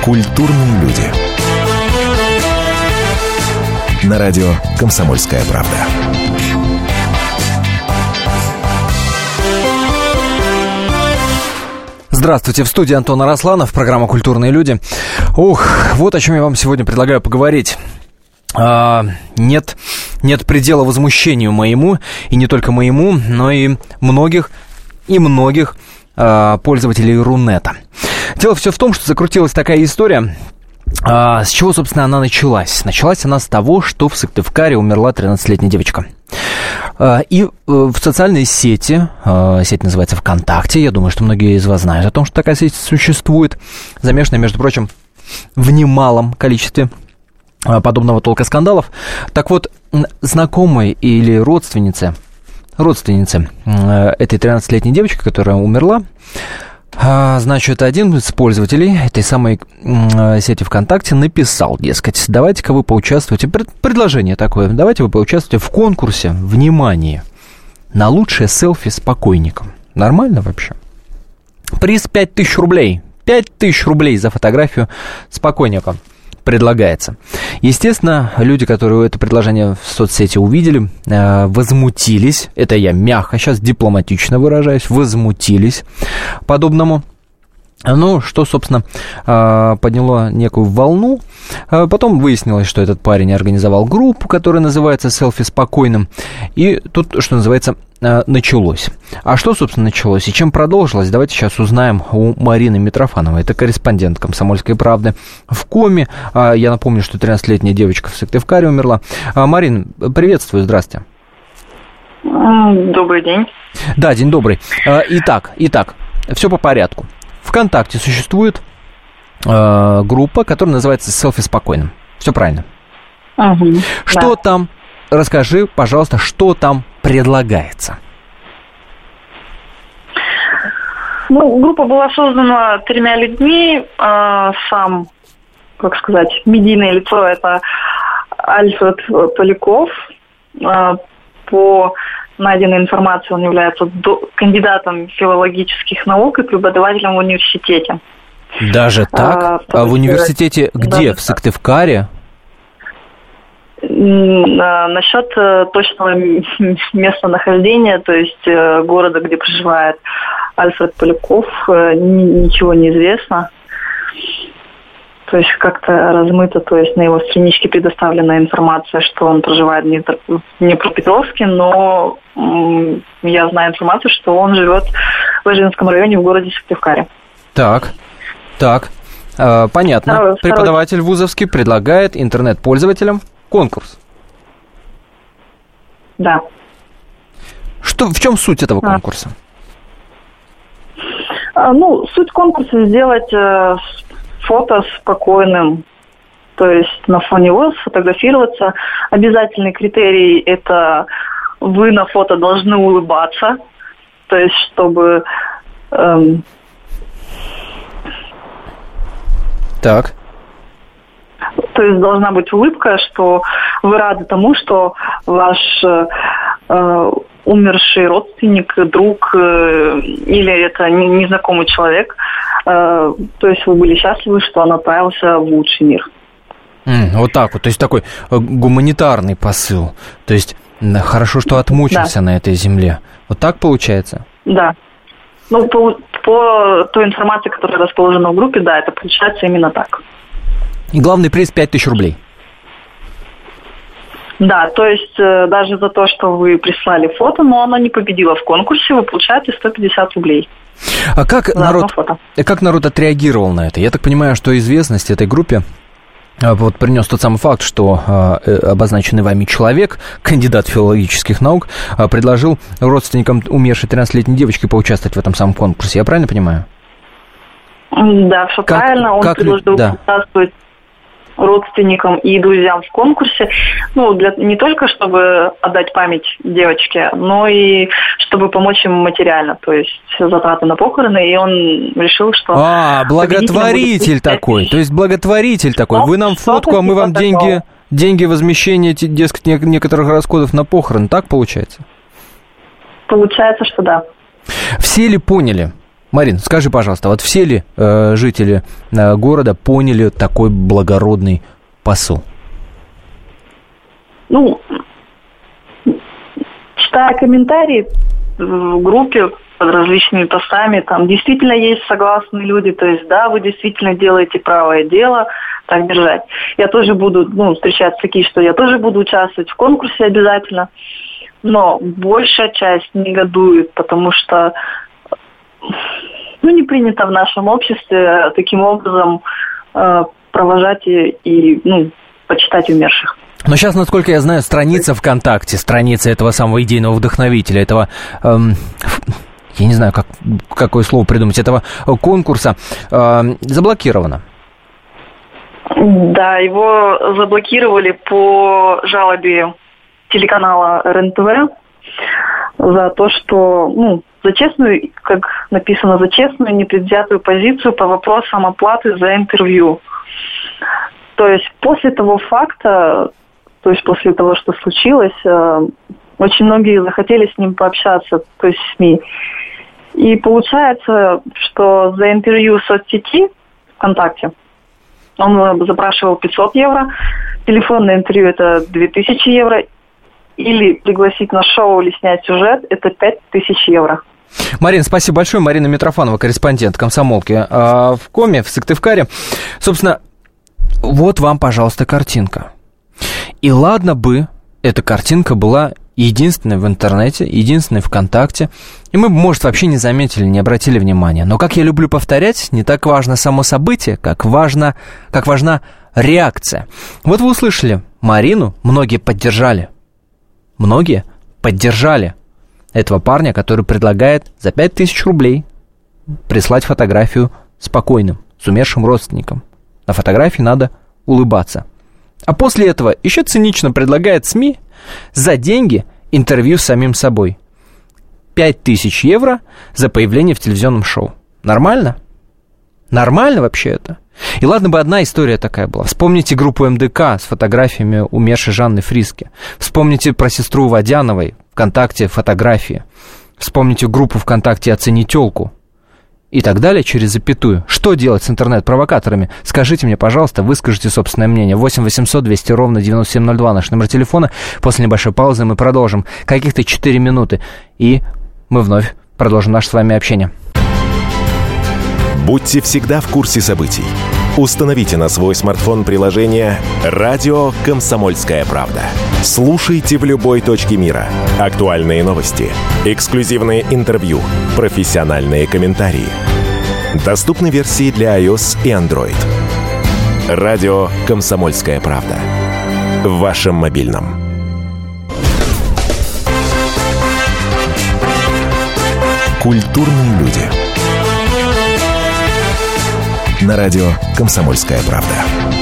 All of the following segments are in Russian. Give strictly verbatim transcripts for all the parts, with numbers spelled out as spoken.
Культурные люди. На радио «Комсомольская правда». Здравствуйте, в студии Антон Арасланов, программа «Культурные люди». Ух, вот о чем я вам сегодня предлагаю поговорить. А, нет, нет предела возмущению моему, и не только моему, но и многих, и многих а, пользователей Рунета. Дело все в том, что закрутилась такая история. А, с чего, собственно, она началась? Началась она с того, что в Сыктывкаре умерла тринадцатилетняя девочка. И в социальной сети, сеть называется ВКонтакте, я думаю, что многие из вас знают о том, что такая сеть существует, замешанная, между прочим, в немалом количестве подобного толка скандалов. Так вот, знакомые или родственницы, родственницы этой тринадцатилетней девочки, которая умерла, значит, один из пользователей этой самой сети ВКонтакте написал, дескать, давайте-ка вы поучаствуйте, предложение такое, давайте вы поучаствуйте в конкурсе, внимание, на лучшее селфи с покойником. Нормально вообще? Приз пять тысяч рублей. пять тысяч рублей за фотографию с покойником предлагается. Естественно, люди, которые это предложение в соцсети увидели, возмутились, это я мягко, сейчас дипломатично выражаюсь, возмутились подобному. Ну, что, собственно, подняло некую волну. Потом выяснилось, что этот парень организовал группу, которая называется «Селфи с покойным». И тут, что называется, началось. А что, собственно, началось и чем продолжилось, давайте сейчас узнаем у Марины Митрофановой. Это корреспондент «Комсомольской правды» в Коми. Я напомню, что тринадцатилетняя девочка в Сыктывкаре умерла. Марин, приветствую, здрасте. Добрый день. Да, день добрый. Итак, итак, все по порядку. ВКонтакте существует э, группа, которая называется «Селфи спокойным». Все правильно. Угу, что да. там? Расскажи, пожалуйста, что там предлагается. Ну, группа была создана тремя людьми. Э, сам, как сказать, медийное лицо – это Альфред Поляков. Э, по найденной информации он является до, кандидатом филологических наук и преподавателем в университете. Даже так? А, а в университете где? Да. В Сыктывкаре? Насчет точного местонахождения, то есть города, где проживает Альфред Поляков, ничего не известно. То есть как-то размыто, то есть на его страничке предоставлена информация, что он проживает в Днепропетровске, но м- я знаю информацию, что он живет в Ижевском районе в городе Сыктывкаре. Так, так, э, понятно. Второй, Преподаватель второй... вузовский предлагает интернет-пользователям конкурс. Да. Что, в чем суть этого а. конкурса? А, ну, суть конкурса сделать... Э, фото с покойным, то есть на фоне его сфотографироваться. Обязательный критерий – это вы на фото должны улыбаться, то есть чтобы... Эм, так. То есть должна быть улыбка, что вы рады тому, что ваш э, умерший родственник, друг э, или это незнакомый человек, э, то есть вы были счастливы, что он отправился в лучший мир. Mm, вот так вот, то есть такой гуманитарный посыл, то есть хорошо, что отмучился да. на этой земле. Вот так получается? Да. Ну, по, по той информации, которая расположена в группе, да, это получается именно так. И главный приз пять тысяч рублей. Да, то есть э, даже за то, что вы прислали фото, но оно не победило в конкурсе, вы получаете сто пятьдесят рублей. А как народ, как народ отреагировал на это? Я так понимаю, что известность этой группе вот принес тот самый факт, что э, обозначенный вами человек, кандидат филологических наук, э, предложил родственникам умершей тринадцатилетней девочки поучаствовать в этом самом конкурсе. Я правильно понимаю? Да, все как, правильно. Он как, предложил да. участвовать родственникам и друзьям в конкурсе, ну, для, не только чтобы отдать память девочке, но и чтобы помочь им материально, то есть затраты на похороны, и он решил, что... А, благотворитель такой, то есть благотворитель такой, вы нам фотку, а мы вам деньги, деньги возмещения, дескать, некоторых расходов на похороны, так получается? Получается, что да. Все ли поняли, Марин, скажи, пожалуйста, вот все ли э, жители э, города поняли такой благородный посыл? Ну, читая комментарии в группе под различными постами, там действительно есть согласные люди, то есть, да, вы действительно делаете правое дело, так держать. Я тоже буду, ну, встречаться такие, что я тоже буду участвовать в конкурсе обязательно, но большая часть негодует, потому что ну, не принято в нашем обществе таким образом э, провожать и, и ну, почитать умерших. Но сейчас, насколько я знаю, страница ВКонтакте, страница этого самого идейного вдохновителя, этого, эм, я не знаю, как, какое слово придумать, этого конкурса э, заблокирована. Да, его заблокировали по жалобе телеканала эр эн тэ вэ за то, что, ну, за честную, как написано, за честную, непредвзятую позицию по вопросам оплаты за интервью. То есть после того факта, то есть после того, что случилось, очень многие захотели с ним пообщаться, то есть СМИ. И получается, что за интервью в соцсети ВКонтакте он запрашивал пятьсот евро, телефонное интервью это две тысячи евро, или пригласить на шоу или снять сюжет это пять тысяч евро. Марина, спасибо большое. Марина Митрофанова, корреспондент «Комсомолки» в Коме, в Сыктывкаре. Собственно, вот вам, пожалуйста, картинка. И ладно бы эта картинка была единственной в интернете, единственной ВКонтакте, и мы бы, может, вообще не заметили, не обратили внимания. Но, как я люблю повторять, не так важно само событие, как важно, как важна реакция. Вот вы услышали, Марину многие поддержали. Многие поддержали этого парня, который предлагает за пять тысяч рублей прислать фотографию спокойным, с умершим родственником. На фотографии надо улыбаться. А после этого еще цинично предлагает СМИ за деньги интервью с самим собой. пять тысяч евро за появление в телевизионном шоу. Нормально? Нормально вообще это? И ладно бы одна история такая была. Вспомните группу эм дэ ка с фотографиями умершей Жанны Фриске. Вспомните про сестру Водяновой ВКонтакте фотографии. Вспомните группу ВКонтакте «Оцени тёлку». И так далее через запятую. Что делать с интернет-провокаторами? Скажите мне, пожалуйста, выскажите собственное мнение. восемь восемьсот двести ровно девяносто семь ноль два наш номер телефона. После небольшой паузы мы продолжим. Каких-то четыре минуты. И мы вновь продолжим наше с вами общение. Будьте всегда в курсе событий. Установите на свой смартфон приложение «Радио Комсомольская правда». Слушайте в любой точке мира. Актуальные новости, эксклюзивные интервью, профессиональные комментарии. Доступны версии для iOS и Android. «Радио Комсомольская правда». В вашем мобильном. Культурные люди. На радио «Комсомольская правда».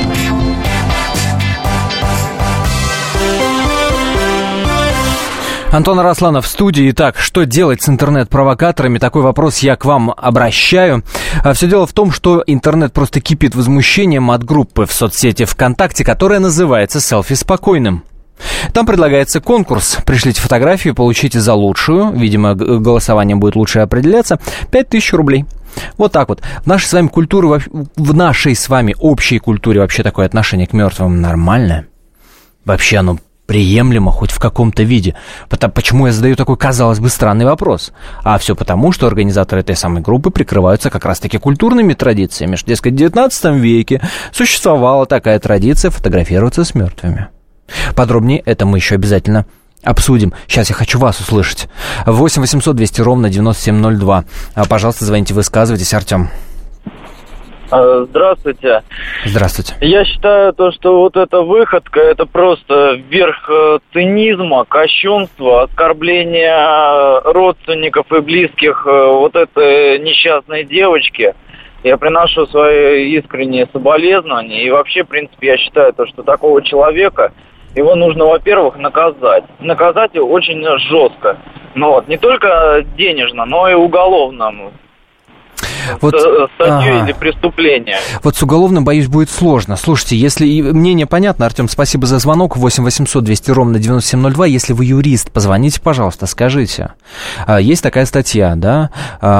Антон Арасланов в студии. Итак, что делать с интернет-провокаторами? Такой вопрос я к вам обращаю. Все дело в том, что интернет просто кипит возмущением от группы в соцсети ВКонтакте, которая называется «Селфи спокойным». Там предлагается конкурс. Пришлите фотографию, получите за лучшую, видимо, голосование будет лучше определяться, пять тысяч рублей. Вот так вот. В нашей с вами культуре, в нашей с вами общей культуре вообще такое отношение к мертвым нормальное? Вообще оно приемлемо хоть в каком-то виде. Почему я задаю такой, казалось бы, странный вопрос? А все потому, что организаторы этой самой группы прикрываются как раз-таки культурными традициями. Что, дескать, в девятнадцатом веке существовала такая традиция фотографироваться с мертвыми. Подробнее это мы еще обязательно обсудим. Сейчас я хочу вас услышать. восемь восемьсот двести ровно девяносто семь ноль два. Пожалуйста, звоните, высказывайтесь. Артем. Здравствуйте. Здравствуйте. Я считаю, то, что вот эта выходка, это просто верх цинизма, кощунства, оскорбления родственников и близких вот этой несчастной девочки. Я приношу свои искренние соболезнования. И вообще, в принципе, я считаю, то, что такого человека, его нужно, во-первых, наказать. Наказать его очень жестко. Ну, вот, не только денежно, но и уголовно. вот, статью ага. или преступление. Вот с уголовным, боюсь, будет сложно. Слушайте, если мнение понятно, Артем, спасибо за звонок. восемь восемьсот двести ровно девяносто семь ноль два. Если вы юрист, позвоните, пожалуйста, скажите. Есть такая статья, да,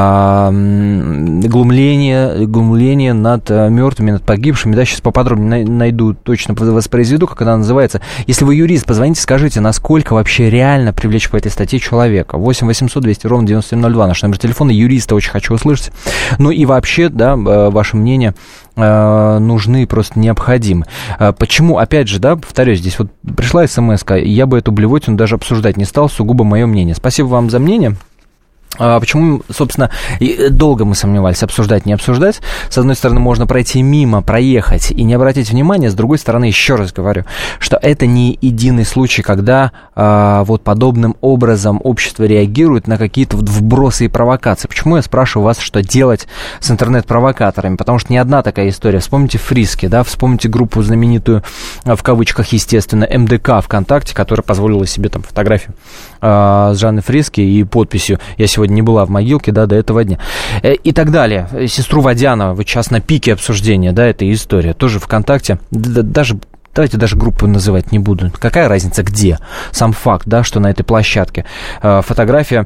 глумление, глумление над мертвыми, над погибшими, да, сейчас поподробнее найду, точно воспроизведу, как она называется. Если вы юрист, позвоните, скажите, насколько вообще реально привлечь по этой статье человека. восемь восемьсот двести ровно девяносто семь ноль два, наш номер телефона, юриста очень хочу услышать. Ну и вообще, да, ваше мнение нужны, просто необходимы. Почему, опять же, да, повторюсь, здесь вот пришла смс-ка, я бы эту блевотину даже обсуждать не стал, сугубо мое мнение. Спасибо вам за мнение. Почему, собственно, долго мы сомневались, обсуждать, не обсуждать. С одной стороны, можно пройти мимо, проехать и не обратить внимания. С другой стороны, еще раз говорю, что это не единый случай, когда а, вот подобным образом общество реагирует на какие-то вот вбросы и провокации. Почему я спрашиваю вас, что делать с интернет-провокаторами? Потому что не одна такая история. Вспомните Фриски, да, вспомните группу знаменитую, в кавычках, естественно, эм дэ ка ВКонтакте, которая позволила себе там фотографию а, с Жанной Фриски и подписью «Я сегодня не была в могилке, да, до этого дня». И так далее. Сестру Водянова, вот сейчас на пике обсуждения, да, этой истории, тоже ВКонтакте, даже, давайте даже группу называть не буду. Какая разница где? Сам факт, да, что на этой площадке фотография.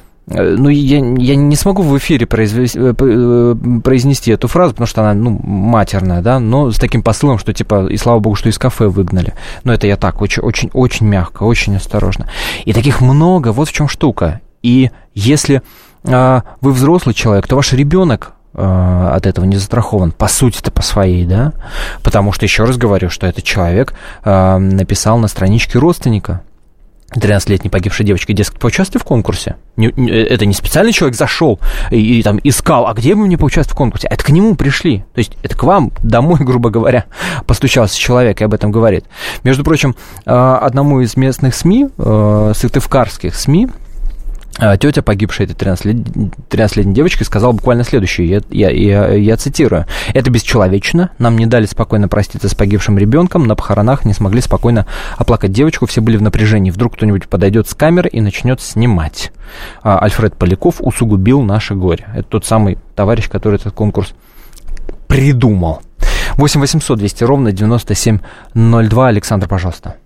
Ну, я, я не смогу в эфире произвести, произнести эту фразу, потому что она, ну, матерная, да, но с таким посылом, что, типа, и слава богу, что из кафе выгнали. Но это я так, очень, очень, очень мягко, очень осторожно. И таких много, вот в чем штука. И если э, вы взрослый человек, то ваш ребенок э, от этого не застрахован, по сути-то по своей, да, потому что, еще раз говорю, что этот человек э, написал на страничке родственника тринадцатилетней погибшей девочки, дескать, поучаствуй в конкурсе. Не, не, это не специальный человек зашел и, и там искал, а где вы мне поучаствовать в конкурсе? Это к нему пришли. То есть это к вам домой, грубо говоря, постучался человек и об этом говорит. Между прочим, э, одному из местных СМИ, э, сыктывкарских СМИ, тетя погибшей этой тринадцатилетней девочки сказала буквально следующее, я, я, я, я цитирую: «Это бесчеловечно, нам не дали спокойно проститься с погибшим ребенком, на похоронах не смогли спокойно оплакать девочку, все были в напряжении, вдруг кто-нибудь подойдет с камерой и начнет снимать». Альфред Поляков усугубил наше горе. Это тот самый товарищ, который этот конкурс придумал. восемь восемьсот двести ровно девяносто семь ноль два. Александр, пожалуйста.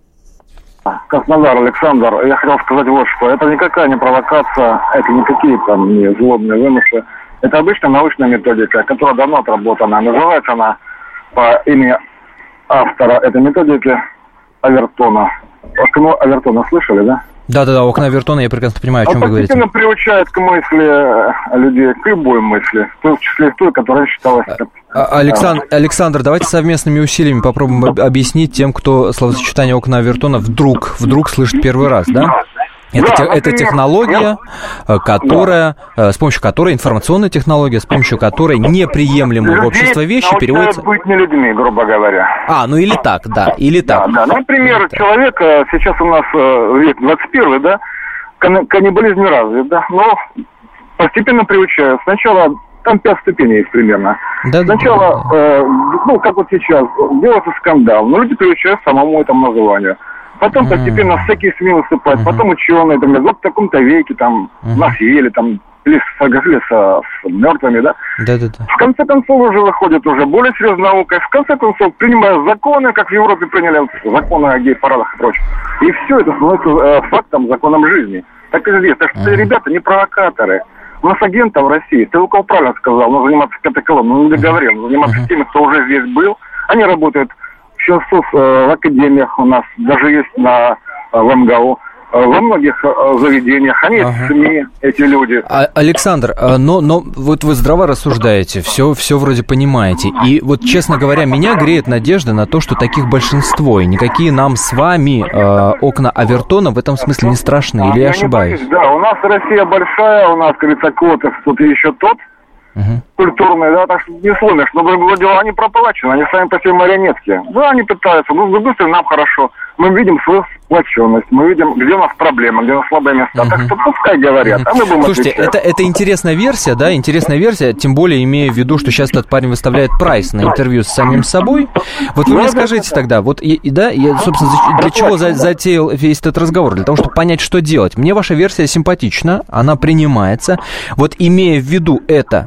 Краснодар, Александр, я хотел сказать вот что. Это никакая не провокация, это никакие там не злобные вымыслы. Это обычная научная методика, которая давно отработана. Называется она по имени автора этой методики Авертона. Окно Авертона слышали, да? Да-да-да, окна Авертона, я прекрасно понимаю, о чем а вы говорите. Он постепенно приучает к мысли людей, к любой мысли, в том числе той, которая считалась... Александр, Александр, давайте совместными усилиями попробуем объяснить тем, кто словосочетание окна Авертона вдруг, вдруг слышит первый раз, да? Это, да, те, это технология, которая, да. с помощью которой, информационная технология, с помощью которой неприемлемые в обществе вещи переводятся... быть не людьми, грубо говоря. А, ну или так, да, или так. Да, да. Например, или человек, так. Сейчас у нас век двадцать первый, да, каннибализм не развит, да, но постепенно приучают. Сначала, там пять ступеней есть примерно. Да, Сначала, да, да. Э, ну, как вот сейчас, делается скандал, но люди приучают самому этому названию. Потом mm-hmm. постепенно всякие СМИ выступают, mm-hmm. потом ученые, там, вот в таком-то веке, там, mm-hmm. нас ели, там, сожгли с, с мертвыми, да? Да-да-да. В конце концов уже выходит уже более серьезная наука, в конце концов принимают законы, как в Европе приняли законы о гей-парадах и прочее. И все это становится э, фактом, законом жизни. Так и здесь. Так что mm-hmm. ребята не провокаторы. У нас агентов в России, Стрелков правильно сказал, но заниматься пятой колонной, он не договорил, но заниматься mm-hmm. теми, кто уже здесь был, они работают. Сейчас э, в академиях у нас, даже есть на, э, в эм гэ у, э, во многих э, заведениях, они ага. СМИ, эти люди. А, Александр, но, но вот вы здраво рассуждаете, все, все вроде понимаете. И вот, честно говоря, меня греет надежда на то, что таких большинство, и никакие нам с вами э, окна Авертона в этом смысле не страшны, или я, я ошибаюсь? Боюсь, да, у нас Россия большая, у нас, кажется, Котов тут еще тот. Uh-huh. Культурные, да, так что не сломишь, но другое дело, они проплачены, они сами по себе марионетки. Да, они пытаются, ну, с другой стороны, нам хорошо. Мы видим свою сплоченность, мы видим, где у нас проблемы, где у нас слабые места. Uh-huh. Так что пускай говорят, uh-huh. а мы будем Слушайте, это, это интересная версия, да, интересная версия, тем более имея в виду, что сейчас этот парень выставляет прайс на интервью с самим собой. Вот вы ну, мне скажите да, тогда, вот, и, и, да, я, собственно, для, для чего за, затеял весь этот разговор? Для того, чтобы понять, что делать. Мне ваша версия симпатична, она принимается. Вот имея в виду это,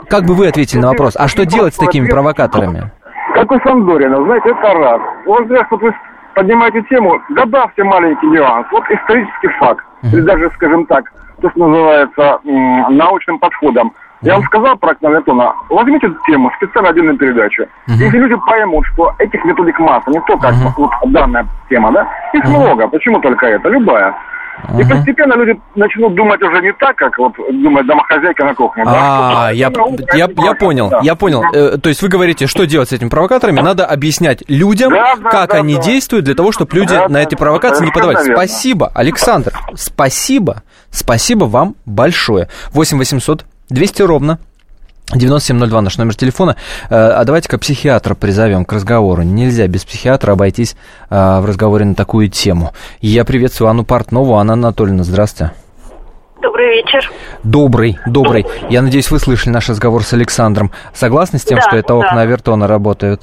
как бы вы ответили на вопрос, а что делать с такими провокаторами? Как у Сандорина, знаете, это раз. Вот здесь вот вы поднимаете тему, добавьте маленький нюанс. Вот исторический факт, uh-huh. или даже, скажем так, то, что называется м- научным подходом. Я вам сказал про Акнолетона, возьмите эту тему, специально отдельную передачу. Uh-huh. Если люди поймут, что этих методик масса, не только uh-huh. вот данная тема, да, их uh-huh. много, почему только это, любая. И uh-huh. постепенно люди начнут думать уже не так, как вот думает домохозяйка на кухне. А, да? я, я, я понял, да. я понял. Э, то есть вы говорите, что делать с этими провокаторами? Надо объяснять людям, да, да, как да, они да. действуют, для того, чтобы люди да, на эти провокации не подавались. Наверное. Спасибо, Александр, спасибо, спасибо вам большое. восемь восемьсот двести ровно девяносто семь ноль два наш номер телефона. А давайте-ка психиатра призовем к разговору. Нельзя без психиатра обойтись в разговоре на такую тему. Я приветствую Анну Портнову. Анна Анатольевна, здравствуйте. Добрый вечер. Добрый, добрый. Я надеюсь, вы слышали наш разговор с Александром. Согласны с тем, да, что это окна да. Авертона работают?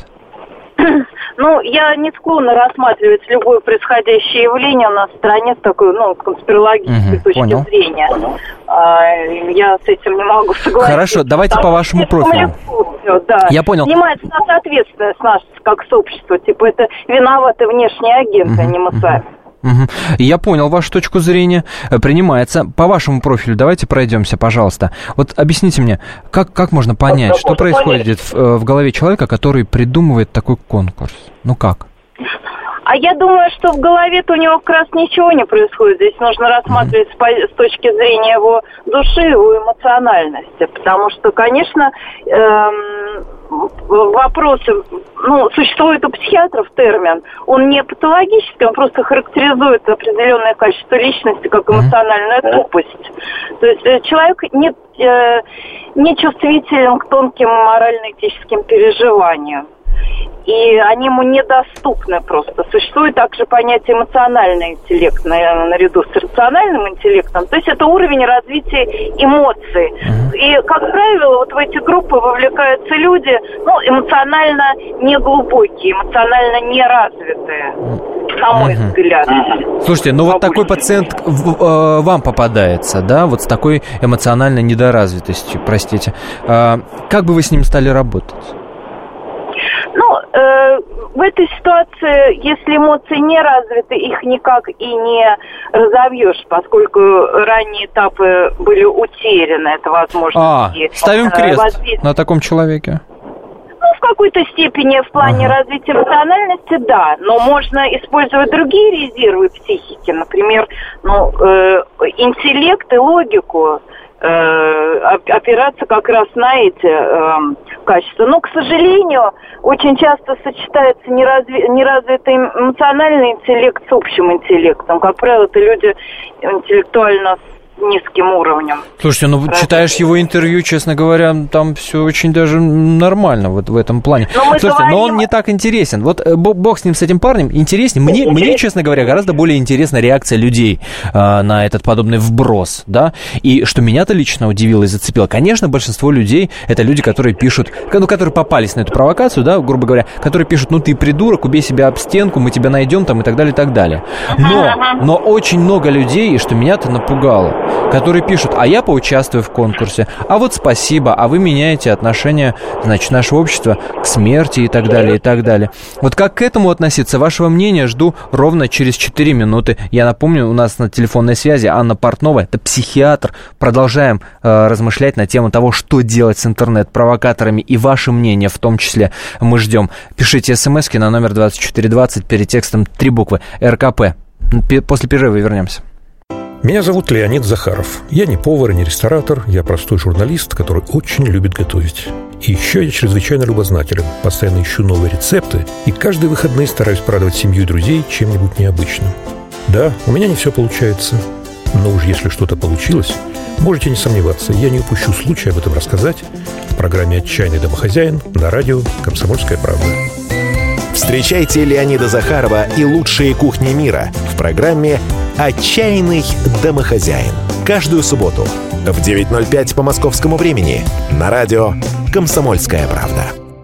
Ну, я не склонна рассматривать любое происходящее явление у нас в стране с такой, ну, конспирологической угу, точки понял. зрения. А, я с этим не могу согласиться. Хорошо, давайте по вашему профилю. Все, да. Я понял. Снимается нас ответственность нас как сообщество. Типа это виноваты внешние агенты, угу, а не мы сами. Угу. Я понял вашу точку зрения, принимается. По вашему профилю давайте пройдемся, пожалуйста. Вот объясните мне, как, как можно понять, вот, что происходит в, в голове человека, который придумывает такой конкурс? Ну как? А я думаю, что в голове-то у него как раз ничего не происходит. Здесь нужно рассматривать mm-hmm. с точки зрения его души, его эмоциональности. Потому что, конечно, эм, вопросы... Ну, существует у психиатров термин. Он не патологический, он просто характеризует определенное качество личности как эмоциональную mm-hmm. тупость. То есть человек не, э, не чувствителен к тонким морально-этическим переживаниям. И они ему недоступны просто. Существует также понятие эмоциональный интеллект наряду с рациональным интеллектом. То есть это уровень развития эмоций. И, как правило, вот в эти группы вовлекаются люди, ну, эмоционально неглубокие, эмоционально неразвитые, на мой uh-huh. взгляд. Слушайте, ну вот такой пациент в, э, вам попадается, да, вот с такой эмоциональной недоразвитостью, простите. Э, как бы вы с ним стали работать? Ну, э, в этой ситуации, если эмоции не развиты, их никак и не разовьешь, поскольку ранние этапы были утеряны, это возможно. А, ставим крест воздействие на таком человеке. Ну, в какой-то степени в плане ага. развития эмоциональности, да, но можно использовать другие резервы психики, например, ну, э, интеллект и логику. Опираться как раз на эти э, качества. Но, к сожалению, очень часто сочетается неразви... неразвитый эмоциональный интеллект с общим интеллектом. Как правило, это люди интеллектуально низким уровнем. Слушайте, ну развития. Читаешь его интервью, честно говоря, там все очень даже нормально вот в этом плане. Но Слушайте, говорим... но он не так интересен. Вот бог с ним, с этим парнем, интереснее. Мне, мне, честно говоря, гораздо более интересна реакция людей э, на этот подобный вброс, да. И что меня-то лично удивило и зацепило, конечно, большинство людей это люди, которые пишут, ну, которые попались на эту провокацию, да, грубо говоря, которые пишут, ну ты придурок, убей себя об стенку, мы тебя найдем там и так далее, и так далее. Но, но очень много людей, и что меня-то напугало, которые пишут, а я поучаствую в конкурсе, а вот спасибо, а вы меняете отношение, значит, нашего общества к смерти и так далее, и так далее. Вот как к этому относиться? Вашего мнения жду ровно через четыре минуты. Я напомню, у нас на телефонной связи Анна Портнова, это психиатр. Продолжаем э, размышлять на тему того, что делать с интернет-провокаторами, и ваше мнение в том числе мы ждем. Пишите смски на номер двадцать четыре двадцать, перед текстом три буквы эр ка пэ. После перерыва вернемся. Меня зовут Леонид Захаров. Я не повар и не ресторатор, я простой журналист, который очень любит готовить. И еще я чрезвычайно любознателен, постоянно ищу новые рецепты, и каждые выходные стараюсь порадовать семью и друзей чем-нибудь необычным. Да, у меня не все получается, но уж если что-то получилось, можете не сомневаться, я не упущу случая об этом рассказать в программе «Отчаянный домохозяин» на радио «Комсомольская правда». Встречайте Леонида Захарова и лучшие кухни мира в программе «Отчаянный домохозяин». Каждую субботу в девять ноль пять по московскому времени на радио «Комсомольская правда».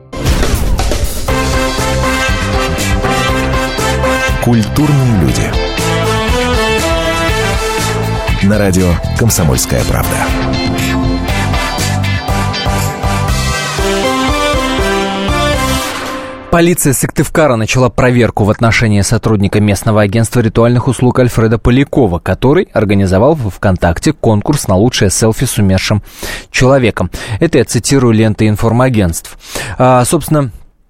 Культурные люди. На радио «Комсомольская правда». Полиция Сыктывкара начала проверку в отношении сотрудника местного агентства ритуальных услуг Альфреда Полякова, который организовал в ВКонтакте конкурс на лучшее селфи с умершим человеком. Это я цитирую ленты информагентств. А, собственно...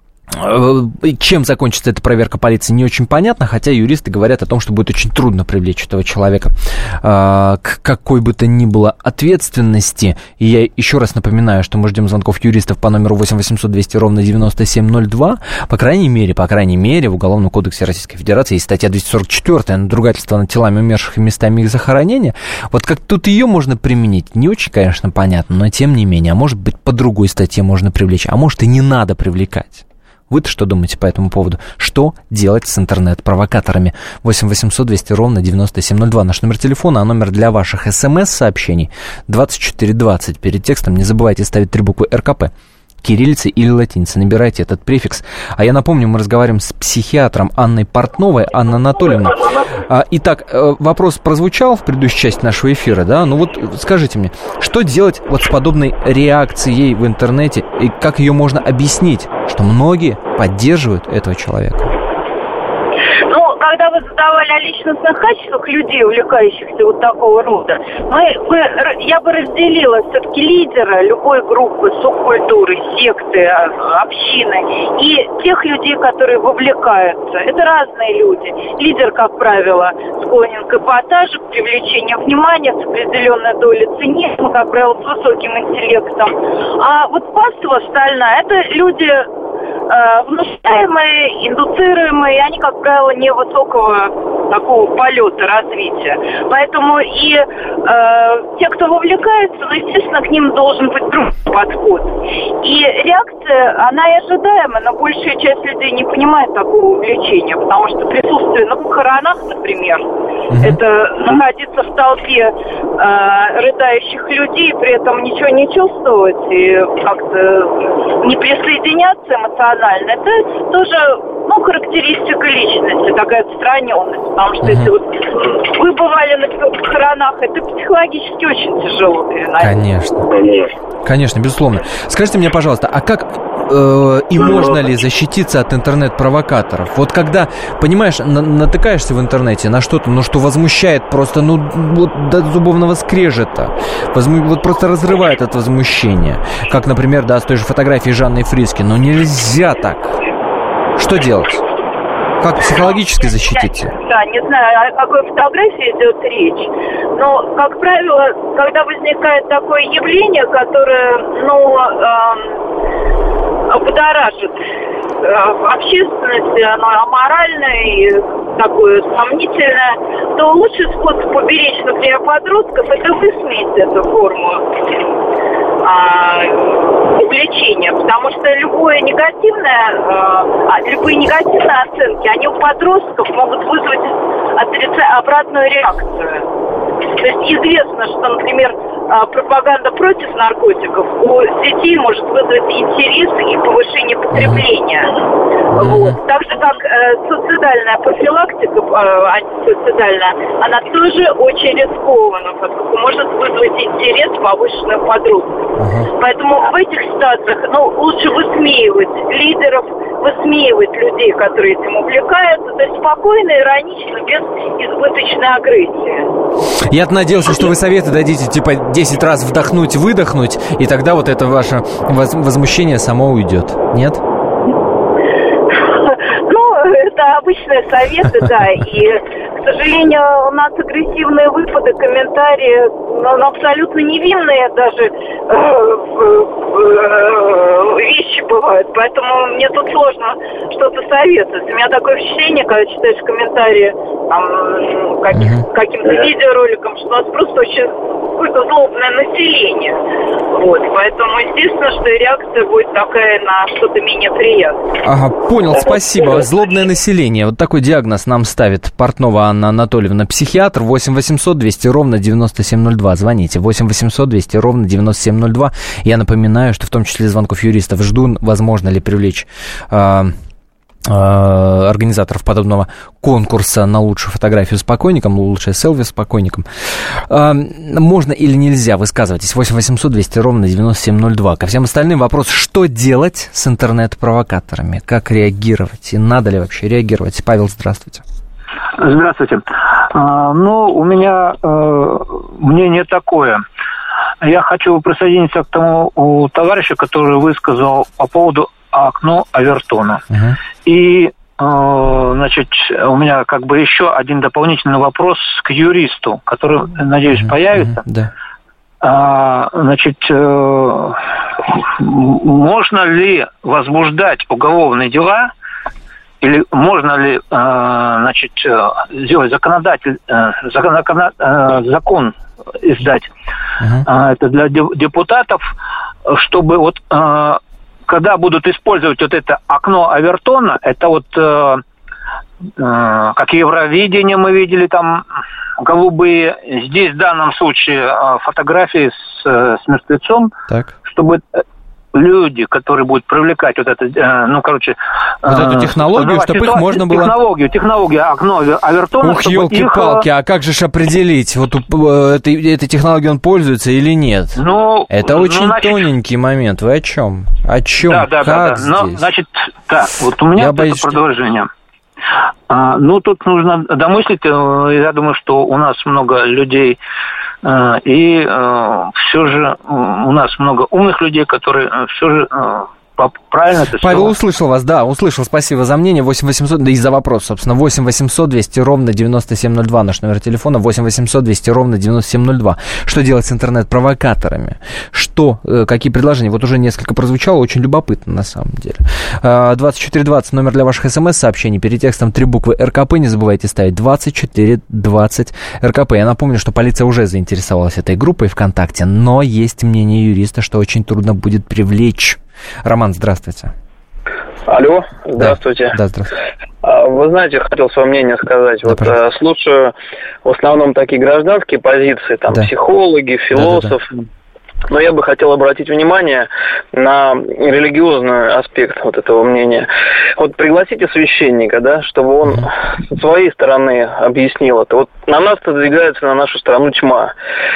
Чем закончится эта проверка полиции, не очень понятно, хотя юристы говорят о том, что будет очень трудно привлечь этого человека э, к какой бы то ни было ответственности. И я еще раз напоминаю, что мы ждем звонков юристов по номеру восемь восемьсот двести ровно девяносто семь ноль два. По крайней мере, по крайней мере, в Уголовном кодексе Российской Федерации есть статья двести сорок четыре «Надругательство над телами умерших и местами их захоронения». Вот как тут ее можно применить, не очень, конечно, понятно, но тем не менее, а может быть, по другой статье можно привлечь, а может и не надо привлекать. Вы-то что думаете по этому поводу? Что делать с интернет-провокаторами? восемь восемьсот двести ровно девяносто семь ноль два. Наш номер телефона, а номер для ваших смс-сообщений двадцать четыре двадцать. Перед текстом не забывайте ставить три буквы эр ка пэ. Кириллицей или латиницей. Набирайте этот префикс. А я напомню, мы разговариваем с психиатром Анной Портновой. Анна Анатольевна. Итак, вопрос прозвучал в предыдущей части нашего эфира, да? Ну вот скажите мне, что делать вот с подобной реакцией в интернете и как ее можно объяснить, что многие поддерживают этого человека? Когда вы задавали о личностных качествах людей, увлекающихся вот такого рода, мы, вы, я бы разделила все-таки лидера любой группы, субкультуры, секты, общины и тех людей, которые вовлекаются. Это разные люди. Лидер, как правило, склонен к эпатажу, к привлечению внимания, с определенной долей цинизма, как правило, с высоким интеллектом. А вот паства остальная, это люди... внушаемые, индуцируемые, они, как правило, невысокого такого полета, развития. Поэтому и э, те, кто вовлекается, ну, естественно, к ним должен быть другой подход. И реакция, она и ожидаема, но большая часть людей не понимает такого увлечения, потому что присутствие на похоронах, например, mm-hmm. это находиться в толпе э, рыдающих людей, при этом ничего не чувствовать и как-то не присоединяться эмоционально, это тоже, ну, характеристика личности, такая отстраненность, потому что mm-hmm. если вот вы бывали на похоронах, это психологически очень тяжело переносить. Конечно. Конечно. Конечно, безусловно. Скажите мне, пожалуйста, а как э, и можно ли защититься от интернет-провокаторов? Вот когда, понимаешь, на- натыкаешься в интернете на что-то, ну, что возмущает просто, ну, вот до зубовного скрежета, возму- вот просто разрывает от возмущения. Как, например, да, с той же фотографией Жанны Фриске. Ну, нельзя так. Что делать? Как психологически защититься? Да, не знаю, о какой фотографии идет речь. Но, как правило, когда возникает такое явление, которое, ну, эм, будоражит э, общественность, оно аморальное и такое сомнительное, то лучший способ уберечь, например, подростков, это высмеять эту форму увлечения, потому что любое негативное, э, любые негативные оценки, они у подростков могут вызвать отрица- обратную реакцию. То есть известно, что, например, пропаганда против наркотиков у детей может вызвать интерес и повышение потребления. Mm-hmm. Вот. Так же, как э, суицидальная профилактика, э, антисуицидальная, она тоже очень рискована, поскольку может вызвать интерес повышенный у подростков. Mm-hmm. Поэтому в этих ситуациях, ну, лучше высмеивать лидеров, высмеивать людей, которые этим увлекаются, то есть спокойно, иронично, без избыточной агрессии. Я-то надеялся, что вы советы дадите, типа, десять раз вдохнуть, выдохнуть, и тогда вот это ваше возмущение само уйдет. Нет? Ну, это обычные советы, да, и, к сожалению, у нас агрессивные выпады, комментарии, ну, абсолютно невинные даже вещи бывают, поэтому мне тут сложно что-то советовать. У меня такое впечатление, когда читаешь комментарии там, каких, uh-huh. каким-то видеороликом, что у нас просто очень какое-то злобное население. Вот, поэтому естественно, что и реакция будет такая на что-то менее приятное. Ага, понял, спасибо. Злобное население. Вот такой диагноз нам ставит Портнова Анна Анатольевна, психиатр. Восемь восемьсот двести ровно девяносто семь ноль два. Звоните. восемь восемьсот двести ровно девяносто семь ноль два. Я напоминаю, что в том числе звонков юристов жду, возможно ли привлечь... Э- организаторов подобного конкурса на лучшую фотографию с покойником, лучшее селфи с покойником. Можно или нельзя? Высказывайтесь. восемь восемьсот двести ровно девяносто семь ноль два. Ко всем остальным вопрос, что делать с интернет-провокаторами? Как реагировать? И надо ли вообще реагировать? Павел, здравствуйте. Здравствуйте. А, ну, у меня э, мнение такое. Я хочу присоединиться к тому у товарища, который высказал по поводу окно Овертона. Uh-huh. И, э, значит, у меня как бы еще один дополнительный вопрос к юристу, который, надеюсь, uh-huh. появится. Uh-huh. Да. А, значит, э, можно ли возбуждать уголовные дела, или можно ли, э, значит, сделать законодатель, э, закон, э, закон издать, uh-huh. э, это для депутатов, чтобы вот э, когда будут использовать вот это окно Овертона, это вот э, э, как Евровидение мы видели, там голубые, здесь в данном случае э, фотографии с, э, с мертвецом, так. чтобы люди, которые будут привлекать вот это, э, ну, короче... Вот э, эту технологию, чтобы их можно было... Технологию, технологию окно Овертона, Ух, елки-палки, их... а как же ж определить, вот этой, этой технологией он пользуется или нет? Ну... Это очень ну, значит... тоненький момент, вы о чем? О чем? Да, да, как да, да. здесь? Ну, значит, так, вот у меня Я вот боюсь, это продолжение. А, ну, тут нужно домыслить, я думаю, что у нас много людей, и все же у нас много умных людей, которые все же правильно это Павел все... услышал вас, да, услышал, спасибо за мнение. восемь восемьсот, да и за вопрос, собственно, восемь восемьсот двести ровно девяносто семь ноль два, наш номер телефона, восемь восемьсот двести ровно девяносто семь ноль два. Что делать с интернет-провокаторами? Что, какие предложения? Вот уже несколько прозвучало, очень любопытно на самом деле. двадцать четыре двадцать, номер для ваших смс-сообщений, перед текстом три буквы эр ка пэ, не забывайте ставить двадцать четыре двадцать эр ка пэ. Я напомню, что полиция уже заинтересовалась этой группой ВКонтакте, но есть мнение юриста, что очень трудно будет привлечь. Роман, здравствуйте. Алло, здравствуйте. Да, да, здравствуйте. Вы знаете, хотел свое мнение сказать. Да, вот пожалуйста. Слушаю в основном такие гражданские позиции, там да. психологи, философы. Да, да, да. Но я бы хотел обратить внимание на религиозный аспект вот этого мнения. Вот пригласите священника, да, чтобы он со своей стороны объяснил это. Вот на нас-то двигается, на нашу страну тьма.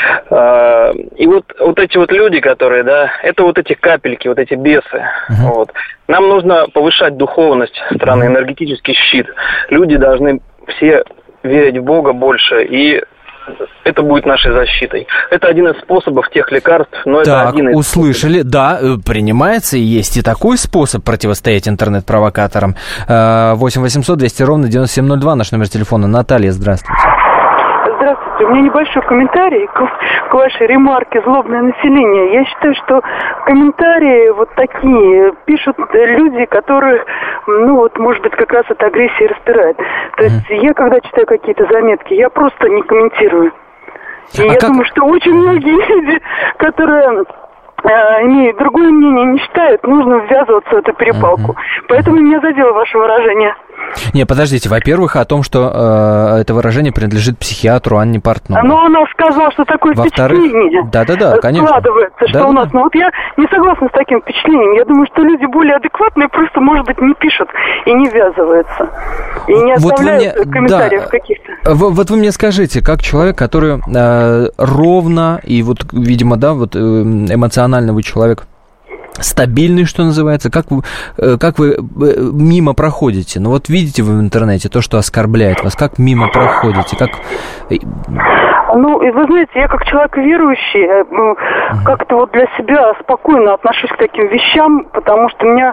И вот, вот эти вот люди, которые, да, это вот эти капельки, вот эти бесы. Uh-huh. Вот. Нам нужно повышать духовность страны, энергетический щит. Люди должны все верить в Бога больше, и это будет нашей защитой. Это один из способов тех лекарств, но так, это один из... услышали, да, принимается, и есть и такой способ противостоять интернет-провокаторам. восемь восемьсот двести ровно девяносто семь ноль два, наш номер телефона. Наталья, здравствуйте. Здравствуйте. У меня небольшой комментарий к, к вашей ремарке «злобное население». Я считаю, что комментарии вот такие пишут люди, которые, ну вот, может быть, как раз от агрессии распирает. То есть mm-hmm. я, когда читаю какие-то заметки, я просто не комментирую. И а я как... думаю, что очень многие люди, которые... имеют другое мнение, не считают, нужно ввязываться в эту перепалку. Uh-huh. Поэтому меня задело ваше выражение. Не, подождите, во-первых, о том, что э, это выражение принадлежит психиатру Анне Портновой. Ну, она сказала, что такое Во-вторых, впечатление да-да-да, конечно. складывается, что да, у да. нас. Но вот я не согласна с таким впечатлением. Я думаю, что люди более адекватные просто, может быть, не пишут и не ввязываются. И не оставляют вот мне, комментариев да, каких-то. Вот вы мне скажите, как человек, который э, ровно и вот, видимо, да, вот э, эмоционально вы человек стабильный, что называется, как вы, как вы мимо проходите? Ну вот видите вы в интернете то, что оскорбляет вас, как мимо проходите, как... Ну, и вы знаете, я как человек верующий, uh-huh. как-то вот для себя спокойно отношусь к таким вещам, потому что меня,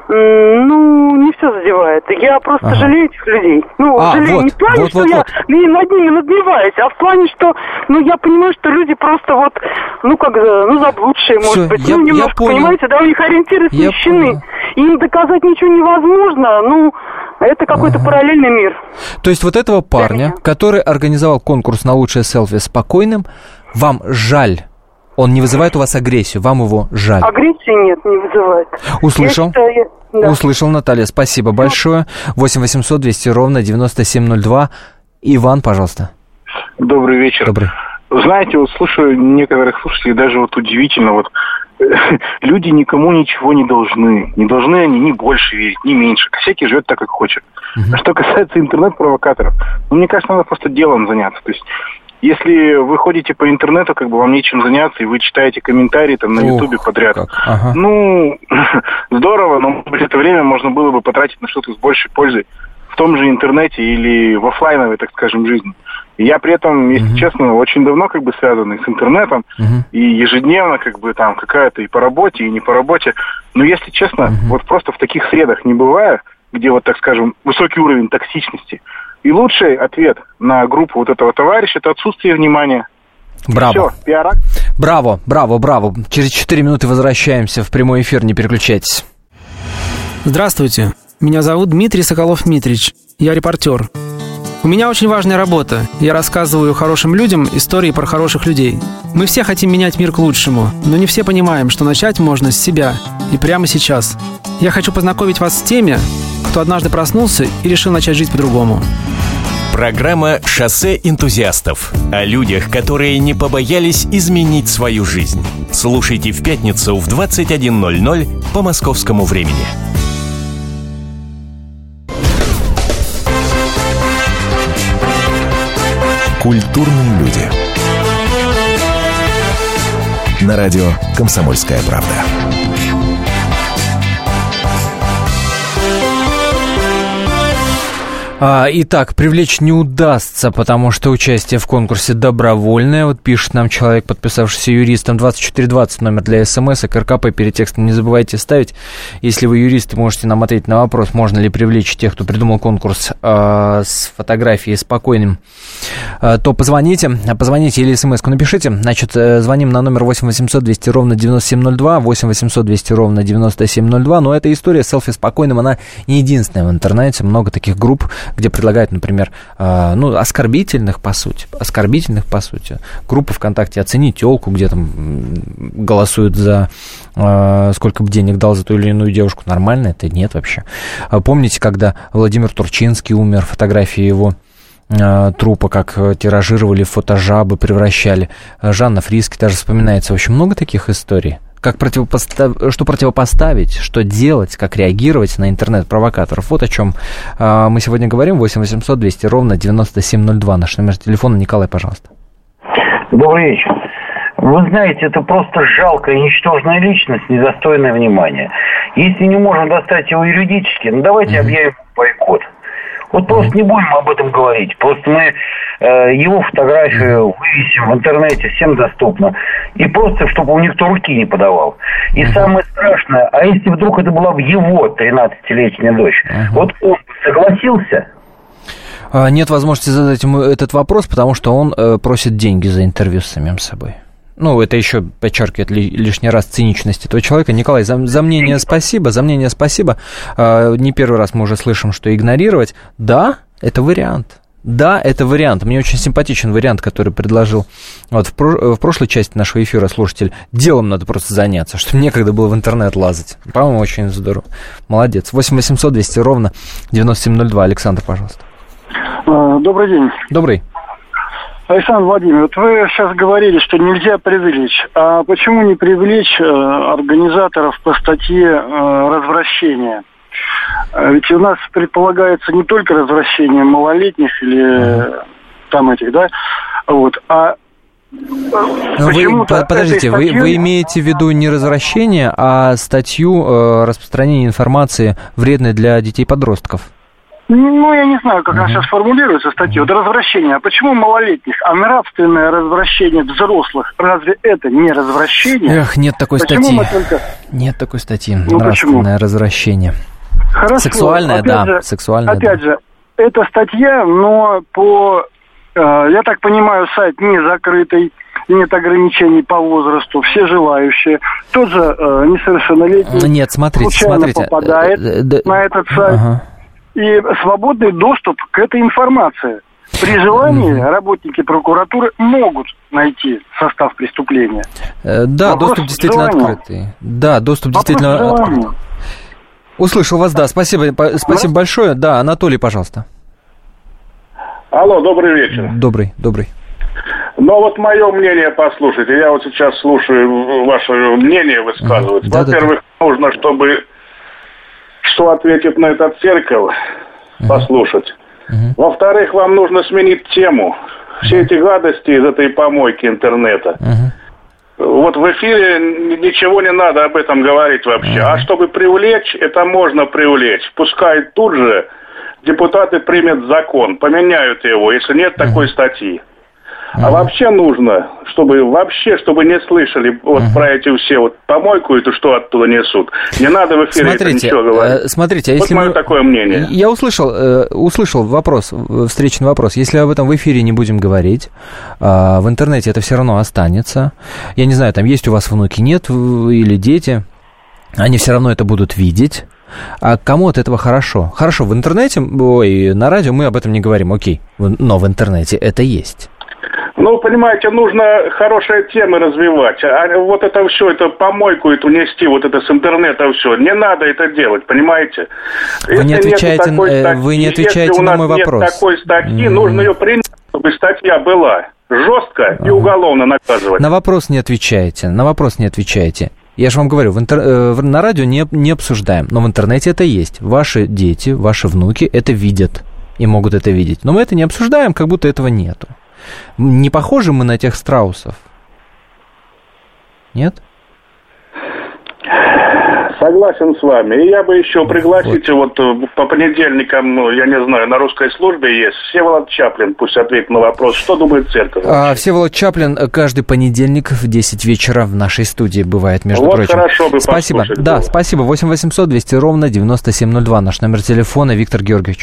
ну, не все задевает. Я просто uh-huh. жалею этих людей. Ну, а, жалею вот, не в плане, вот, что вот, я вот. над ними надмеваюсь, а в плане, что, ну, я понимаю, что люди просто вот, ну, как, ну, заблудшие, может все, быть, я, ну, немножко, понимаете, да, у них ориентиры смещены. Им доказать ничего невозможно, ну... Это какой-то ага. параллельный мир. То есть вот этого парня, который организовал конкурс на лучшее селфи с покойным, вам жаль? Он не вызывает у вас агрессию? Вам его жаль? Агрессии нет, не вызывает. Услышал? Я считаю, я... Да. Услышал, Наталья. Спасибо большое. восемь восемьсот двести ровно девяносто семь ноль два. Иван, пожалуйста. Добрый вечер. Добрый. Знаете, вот слушаю некоторых слушателей, даже вот удивительно, вот люди никому ничего не должны. Не должны они ни больше верить, ни меньше. Всякий живет так, как хочет. Uh-huh. А что касается интернет-провокаторов, ну, мне кажется, надо просто делом заняться. То есть, если вы ходите по интернету, как бы вам нечем заняться, и вы читаете комментарии там на Ютубе подряд, ага. ну, здорово, но, может быть, это время можно было бы потратить на что-то с большей пользой в том же интернете или в офлайновой, так скажем, жизни. И я при этом, если uh-huh. честно, очень давно как бы связанный с интернетом, uh-huh. и ежедневно как бы там какая-то и по работе, и не по работе. Но, если честно, uh-huh. вот просто в таких средах не бывая, где вот, так скажем, высокий уровень токсичности, и лучший ответ на группу вот этого товарища – это отсутствие внимания. Браво. Все, пиарак. Браво, браво, браво. Через четыре минуты возвращаемся в прямой эфир, не переключайтесь. Здравствуйте, меня зовут Дмитрий Соколов-Митрич, я репортер. У меня очень важная работа. Я рассказываю хорошим людям истории про хороших людей. Мы все хотим менять мир к лучшему, но не все понимаем, что начать можно с себя и прямо сейчас. Я хочу познакомить вас с теми, кто однажды проснулся и решил начать жить по-другому. Программа «Шоссе энтузиастов» о людях, которые не побоялись изменить свою жизнь. Слушайте в пятницу в двадцать один ноль ноль по московскому времени. Культурные люди. На радио «Комсомольская правда». Итак, привлечь не удастся, потому что участие в конкурсе добровольное. Вот пишет нам человек, подписавшийся юристом, двадцать четыре двадцать, номер для смс, РКП, перед текстом не забывайте ставить. Если вы юристы, можете нам ответить на вопрос, можно ли привлечь тех, кто придумал конкурс э, с фотографией спокойным, э, то позвоните, позвоните или смс-ку напишите. Значит, э, звоним на номер восемь восемьсот двести ровно девяносто семь ноль два, восемь восемьсот двести ровно девяносто семь ноль два. Но эта история с селфи спокойным, она не единственная в интернете. Много таких групп, где предлагают, например, э, ну, оскорбительных, по сути, оскорбительных, по сути, группы ВКонтакте «Оцени тёлку», где там голосуют за э, сколько бы денег дал за ту или иную девушку. Нормально это? Нет вообще. Помните, когда Владимир Турчинский умер, фотографии его э, трупа, как тиражировали, фотожабы превращали. Жанна Фриске даже вспоминается. В общем, много таких историй. Как противопостав... Что противопоставить, что делать, как реагировать на интернет-провокаторов. Вот о чем э, мы сегодня говорим. восемь восемьсот двести ровно девяносто семь ноль два. Наш номер телефона. Николай, пожалуйста. Добрый вечер. Вы знаете, это просто жалкая и ничтожная личность, недостойная внимания. Если не можем достать его юридически, ну давайте mm-hmm. объявим бойкот. Вот просто не будем об этом говорить. Просто мы э, его фотографию вывесим в интернете, всем доступно. И просто, чтобы он никто руки не подавал. И uh-huh. самое страшное, а если вдруг это была бы его тринадцатилетняя дочь, uh-huh. вот он согласился? Нет возможности задать ему этот вопрос, потому что он э, просит деньги за интервью с самим собой. Ну, это еще подчеркивает ли, лишний раз циничность этого человека. Николай, за, за мнение спасибо, за мнение спасибо. Э, не первый раз мы уже слышим, что игнорировать. Да, это вариант. Да, это вариант. Мне очень симпатичен вариант, который предложил вот в, про, в прошлой части нашего эфира слушатель. Делом надо просто заняться, чтобы некогда было в интернет лазать. По-моему, очень здорово. Молодец. восемь восемьсот двести ровно девяносто семь ноль два. Александр, пожалуйста. Добрый день. Добрый. Александр Владимирович, вот вы сейчас говорили, что нельзя привлечь. А почему не привлечь э, организаторов по статье э, развращения? Ведь у нас предполагается не только развращение малолетних или э, там этих, да, вот, а вы, подождите, статьей... вы, вы имеете в виду не развращение, а статью э, распространения информации, вредной для детей-подростков? Ну, я не знаю, как uh-huh. она сейчас формулируется, статья. Вот развращение. А почему малолетних? А нравственное развращение взрослых, разве это не развращение? Эх, нет такой почему статьи. Только... Нет такой статьи. Ну, нравственное почему? Развращение. Хорошо. Сексуальное, опять да. Же, Сексуальное, опять да. же, это статья, но по, э, я так понимаю, сайт не закрытый, нет ограничений по возрасту, все желающие. Тот же э, несовершеннолетний нет, смотрите, случайно смотрите. попадает э, э, на этот сайт. Ага. И свободный доступ к этой информации. При желании mm-hmm. работники прокуратуры могут найти состав преступления. Э, да, вопрос доступ действительно открытый. Да, доступ вопрос действительно открытый. Услышал вас, да. Спасибо, по, спасибо да? большое. Да, Анатолий, пожалуйста. Алло, добрый вечер. Добрый, добрый. Но вот мое мнение послушайте. Я вот сейчас слушаю ваше мнение высказывать. Да, Во-первых, да, да. нужно, чтобы что ответит на этот зеркало, uh-huh. послушать. Uh-huh. Во-вторых, вам нужно сменить тему. Все uh-huh. эти гадости из этой помойки интернета. Uh-huh. Вот в эфире ничего не надо об этом говорить вообще. Uh-huh. А чтобы привлечь, это можно привлечь. Пускай тут же депутаты примут закон, поменяют его, если нет uh-huh. такой статьи. А uh-huh. вообще нужно, чтобы вообще, чтобы не слышали вот uh-huh. про эти все вот помойку эту, что оттуда несут. Не надо в эфире смотрите, это ничего говорить. Э, смотрите, а вот если мое мы... такое мнение. Я услышал, э, услышал вопрос, встречный вопрос. Если об этом в эфире не будем говорить, э, в интернете это все равно останется. Я не знаю, там есть у вас внуки, нет, или дети, они все равно это будут видеть. А кому от этого хорошо? Хорошо, в интернете, ой, на радио мы об этом не говорим, окей, но в интернете это есть. Ну, понимаете, нужно хорошие темы развивать. А вот это все, это помойку эту нести, вот это с интернета все. Не надо это делать, понимаете? Вы если не отвечаете, статьи, вы не отвечаете на мой вопрос. Если у нас нет такой статьи, mm. нужно ее принять, чтобы статья была жестко и уголовно наказывать. На вопрос не отвечаете, на вопрос не отвечаете. Я же вам говорю, в интер... на радио не, не обсуждаем, но в интернете это есть. Ваши дети, ваши внуки это видят и могут это видеть. Но мы это не обсуждаем, как будто этого нету. Не похожи мы на тех страусов? Нет? Согласен с вами. И я бы еще пригласите вот, вот по понедельникам, ну, я не знаю, на русской службе есть Всеволод Чаплин, пусть ответит на вопрос, что думает церковь. А, Всеволод Чаплин каждый понедельник в десять вечера в нашей студии бывает, между вот прочим. Хорошо бы спасибо. Да, было. Спасибо. восемь восемьсот двести ровно девяносто семь ноль два. Наш номер телефона. Виктор Георгиевич.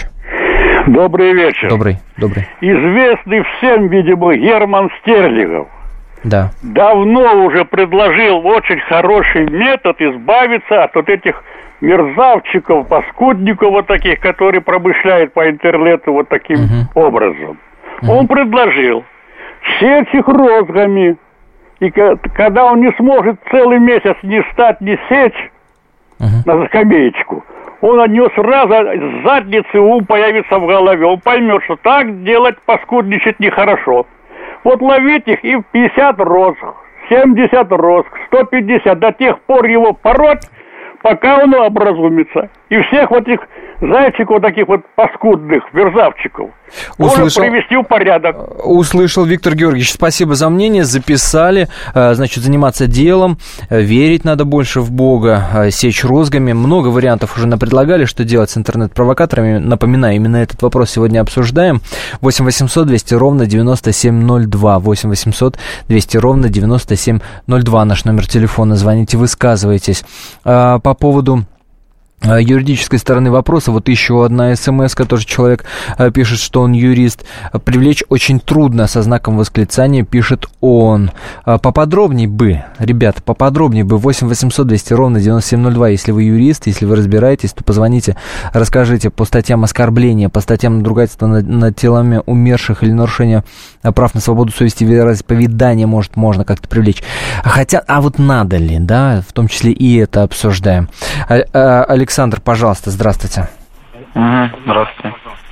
Добрый вечер. Добрый, добрый. Известный всем, видимо, Герман Стерлигов. Да. Давно уже предложил очень хороший метод избавиться от вот этих мерзавчиков, паскудников вот таких, которые промышляют по интернету вот таким угу. образом. Угу. Он предложил сечь их розгами, и когда он не сможет целый месяц не встать, не сечь угу. на скамеечку, он от него сразу с задницы ум появится в голове. Он поймет, что так делать, паскудничать нехорошо. Вот ловить их и пятьдесят розг, семьдесят розг, сто пятьдесят, до тех пор его пороть, пока он образумится. И всех вот этих зайчиков, таких вот паскудных, мерзавчиков, услышал, можно привести в порядок. Услышал, Виктор Георгиевич, спасибо за мнение, записали. Значит, заниматься делом, верить надо больше в Бога, сечь розгами. Много вариантов уже напредлагали, что делать с интернет-провокаторами. Напоминаю, именно этот вопрос сегодня обсуждаем. восемь восемьсот двести ровно девяносто семь ноль два. восемь восемьсот двести ровно девяносто семь ноль два. Наш номер телефона. Звоните, высказывайтесь. По поводу юридической стороны вопроса, вот еще одна смс-ка, тоже человек пишет, что он юрист. Привлечь очень трудно, со знаком восклицания пишет он. Поподробней бы, ребята, поподробней бы, восемь восемьсот двести ровно девяносто семь ноль два, если вы юрист, если вы разбираетесь, то позвоните, расскажите по статьям оскорбления, по статьям надругательства над, над телами умерших или нарушения прав на свободу совести и вероисповедания, может, можно как-то привлечь. Хотя, а вот надо ли, да, в том числе и это обсуждаем. Александр, пожалуйста, здравствуйте. Угу, здравствуйте.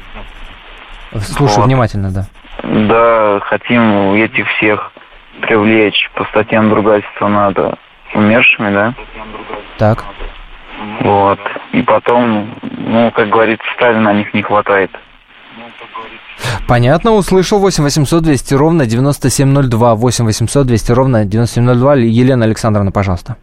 Слушаю вот. Внимательно, да. Да, хотим этих всех привлечь по статьям надругательства над умершими, да? Так. Вот. И потом, ну, как говорится, Сталина на них не хватает. Понятно, услышал. Восемь восемьсот двести ровно девяносто семь ноль два. восемь восемьсот двести ровно девяносто семь ноль два. Елена Александровна, пожалуйста.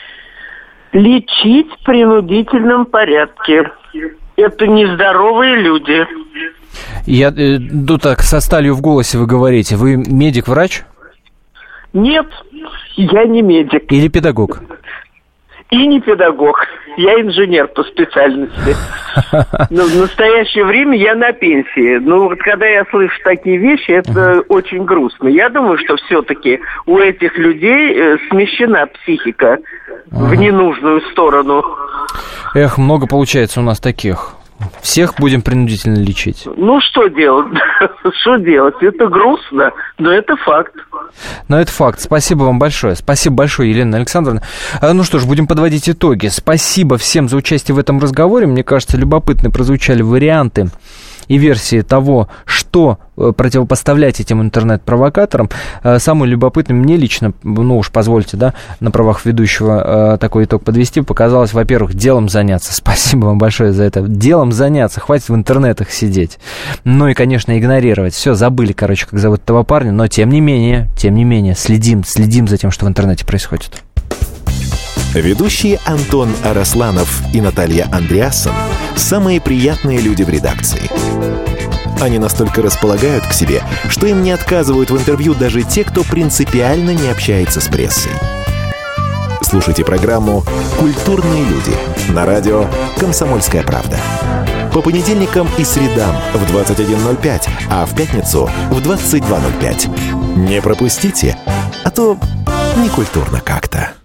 Лечить в принудительном порядке. Это нездоровые люди. Я, э, ну так, со сталью в голосе вы говорите. Вы медик-врач? Нет, я не медик. Или педагог? И не педагог. Я инженер по специальности. Но в настоящее время я на пенсии. Ну, вот когда я слышу такие вещи, это uh-huh. очень грустно. Я думаю, что все-таки у этих людей э, смещена психика uh-huh. в ненужную сторону. Эх, много получается у нас таких. Всех будем принудительно лечить. Ну, что делать? Что делать? Это грустно, но это факт. Но это факт. Спасибо вам большое. Спасибо большое, Елена Александровна. Ну что ж, будем подводить итоги. Спасибо всем за участие в этом разговоре. Мне кажется, любопытно прозвучали варианты и версии того, что противопоставлять этим интернет-провокаторам. Самый любопытный мне лично, ну уж позвольте, да, на правах ведущего такой итог подвести, показалось, во-первых, делом заняться. Спасибо вам большое за это. Делом заняться, хватит в интернетах сидеть. Ну и, конечно, игнорировать. Все, забыли, короче, как зовут этого парня, но тем не менее, тем не менее, следим, следим за тем, что в интернете происходит. Ведущие Антон Арасланов и Наталья Андреасон – самые приятные люди в редакции. Они настолько располагают к себе, что им не отказывают в интервью даже те, кто принципиально не общается с прессой. Слушайте программу «Культурные люди» на радио «Комсомольская правда». По понедельникам и средам в двадцать один ноль пять, а в пятницу в двадцать два ноль пять. Не пропустите, а то некультурно как-то.